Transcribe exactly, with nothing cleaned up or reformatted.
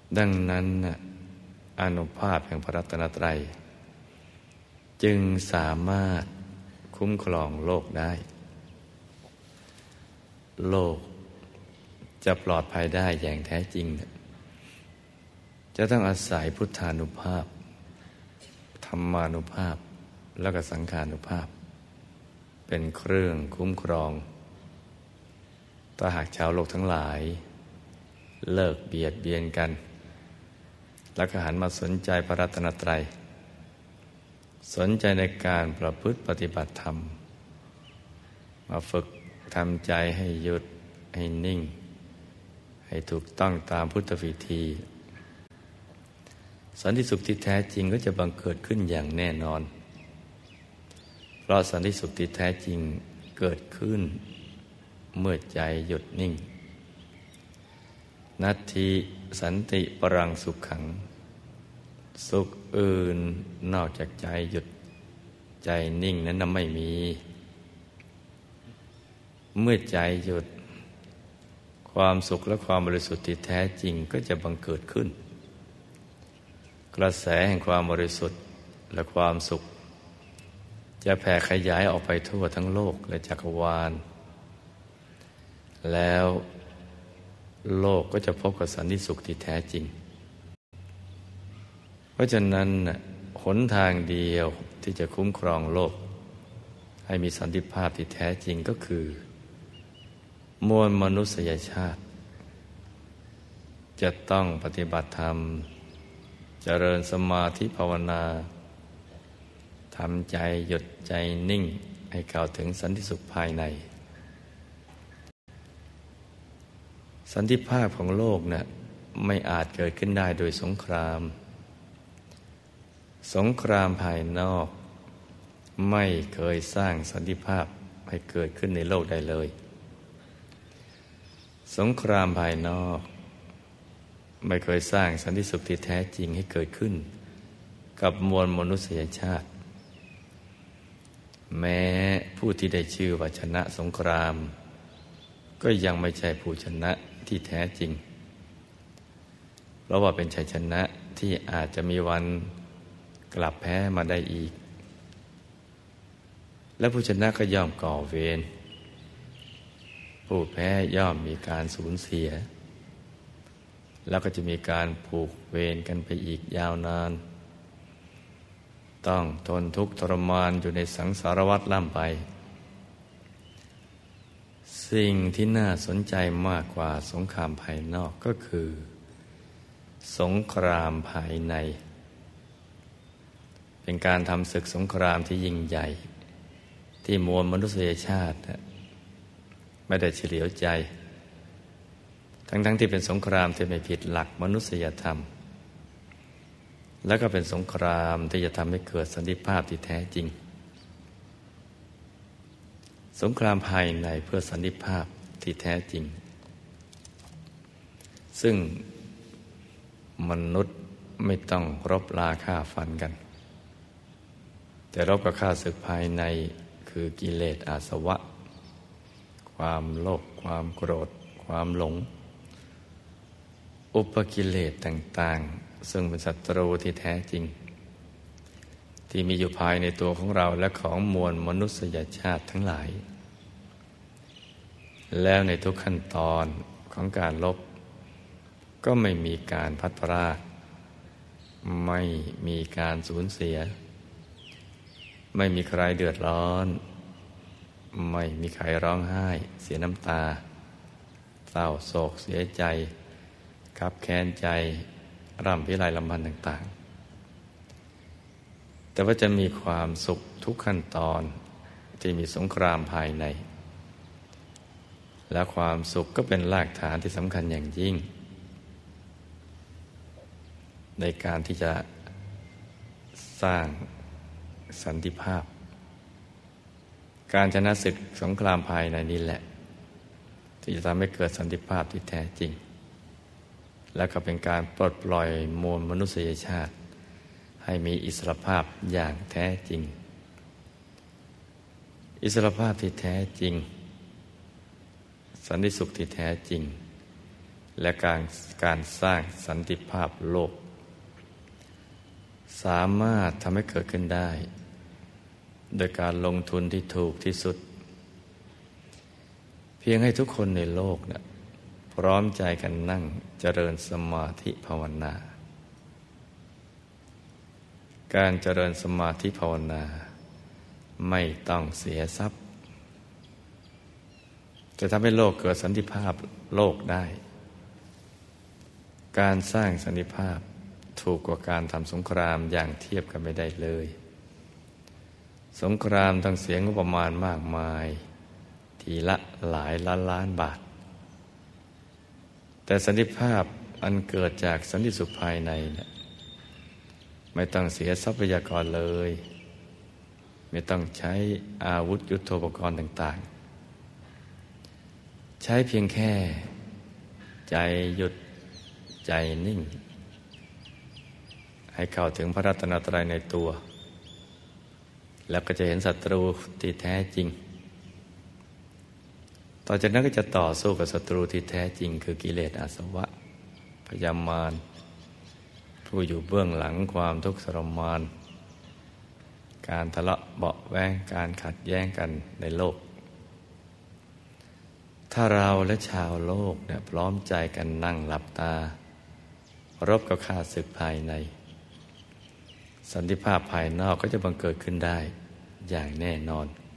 ดังนั้นอานุภาพแห่งพระรัตนตรัยจึงสามารถคุ้มครองโลกได้โลกจะปลอดภัยได้อย่างแท้จริงจะต้องอาศัยพุทธานุภาพธรรมานุภาพแล้วก็สังฆานุภาพเป็นเครื่องคุ้มครองถ้าหากชาวโลกทั้งหลายเลิกเบียดเบียนกันแล้วก็หันมาสนใจพระรัตนตรัยสนใจในการประพฤติปฏิบัติธรรมมาฝึกทำใจให้หยุดให้นิ่งให้ถูกต้องตามพุทธวิธีสันติสุขที่แท้จริงก็จะบังเกิดขึ้นอย่างแน่นอนเพราะสันติสุขที่แท้จริงเกิดขึ้นเมื่อใจหยุดนิ่งนัตถิสันติปรังสุขขังสุขอื่นนอกจากใจหยุดใจนิ่งนั้นน่ะไม่มีเมื่อใจหยุดความสุขและความบริสุทธิ์ที่แท้จริงก็จะบังเกิดขึ้นกระแสแห่งความบริสุทธิ์และความสุขจะแผ่ขยายออกไปทั่วทั้งโลกและจักรวาลแล้วโลกก็จะพบกับสันติสุขที่แท้จริงเพราะฉะนั้นหนทางเดียวที่จะคุ้มครองโลกให้มีสันติภาพที่แท้จริงก็คือมวลมนุษยชาติจะต้องปฏิบัติธรรมเจริญสมาธิภาวนาทำใจหยุดใจนิ่งให้เข้าถึงสันติสุขภายในสันติภาพของโลกน่ะไม่อาจเกิดขึ้นได้โดยสงครามสงครามภายนอกไม่เคยสร้างสันติภาพให้เกิดขึ้นในโลกได้เลยสงครามภายนอกไม่เคยสร้างสันติสุขที่แท้จริงให้เกิดขึ้นกับมวลมนุษยชาติแม้ผู้ที่ได้ชื่อว่าชนะสงครามก็ยังไม่ใช่ผู้ชนะที่แท้จริงเพราะว่าเป็นชัยชนะที่อาจจะมีวันกลับแพ้มาได้อีกและผู้ชนะก็ย่อมก่อเวรผู้แพ้ย่อมมีการสูญเสียแล้วก็จะมีการผูกเวรกันไปอีกยาวนานต้องทนทุกข์ทรมานอยู่ในสังสารวัฏล่ำไปสิ่งที่น่าสนใจมากกว่าสงครามภายนอกก็คือสงครามภายในเป็นการทำศึกสงครามที่ยิ่งใหญ่ที่มวลมนุษยชาติไม่ได้เฉลียวใจทั้งๆ ที่เป็นสงครามที่ไม่ผิดหลักมนุษยธรรมและก็เป็นสงครามที่จะทำให้เกิดสันติภาพที่แท้จริงสงครามภายในเพื่อสันติภาพที่แท้จริงซึ่งมนุษย์ไม่ต้องรบราฆ่าฟันกันแต่รบกับข้าศึกภายในคือกิเลสอาสวะความโลภความโกรธความหลงอุปกิเลสต่างๆซึ่งเป็นศัตรูที่แท้จริงที่มีอยู่ภายในตัวของเราและของมวลมนุษยชาติทั้งหลายแล้วในทุกขั้นตอนของการลบก็ไม่มีการพัดพรากไม่มีการสูญเสียไม่มีใครเดือดร้อนไม่มีใครร้องไห้เสียน้ำตาเศร้าโศกเสียใจคับแค้นใจร่ำพิไรลำพันธ์ต่างๆแต่ว่าจะมีความสุขทุกขั้นตอนที่มีสงครามภายในและความสุขก็เป็นรากฐานที่สำคัญอย่างยิ่งในการที่จะสร้างสันติภาพการชนะศึกสงครามภายในนี้แหละที่จะทำให้เกิดสันติภาพที่แท้จริงและก็เป็นการปลดปล่อยมวลมนุษยชาติให้มีอิสรภาพอย่างแท้จริงอิสรภาพที่แท้จริงสันติสุขที่แท้จริงและการการสร้างสันติภาพโลกสามารถทำให้เกิดขึ้นได้โดยการลงทุนที่ถูกที่สุดเพียงให้ทุกคนในโลกนะพร้อมใจกันนั่งเจริญสมาธิภาวนาการเจริญสมาธิภาวนาไม่ต้องเสียทรัพย์จะทำให้โลกเกิดสันติภาพโลกได้การสร้างสันติภาพถูกกว่าการทำสงครามอย่างเทียบกันไม่ได้เลยสงครามต้องเสียงบประมาณมากมายทีละหลายล้านล้านบาทแต่สันติภาพอันเกิดจากสันติสุขภายในเนี่ยไม่ต้องเสียทรัพยากรเลยไม่ต้องใช้อาวุธยุทโธปกรณ์ต่างๆใช้เพียงแค่ใจหยุดใจนิ่งให้เข้าถึงพระรัตนตรัยในตัวแล้วก็จะเห็นศัตรูที่แท้จริงต่อจากนั้นก็จะต่อสู้กับศัตรูที่แท้จริงคือกิเลสอาสวะพยามารผู้อยู่เบื้องหลังความทุกข์ทรมานการทะเลาะเบาะแว้งการขัดแย้งกันในโลกถ้าเราและชาวโลกเนี่ยพร้อมใจกันนั่งหลับตารบกับข้าศึกภายในสันติภาพภายนอกก็จะบังเกิดขึ้นได้อย่างแน่นอน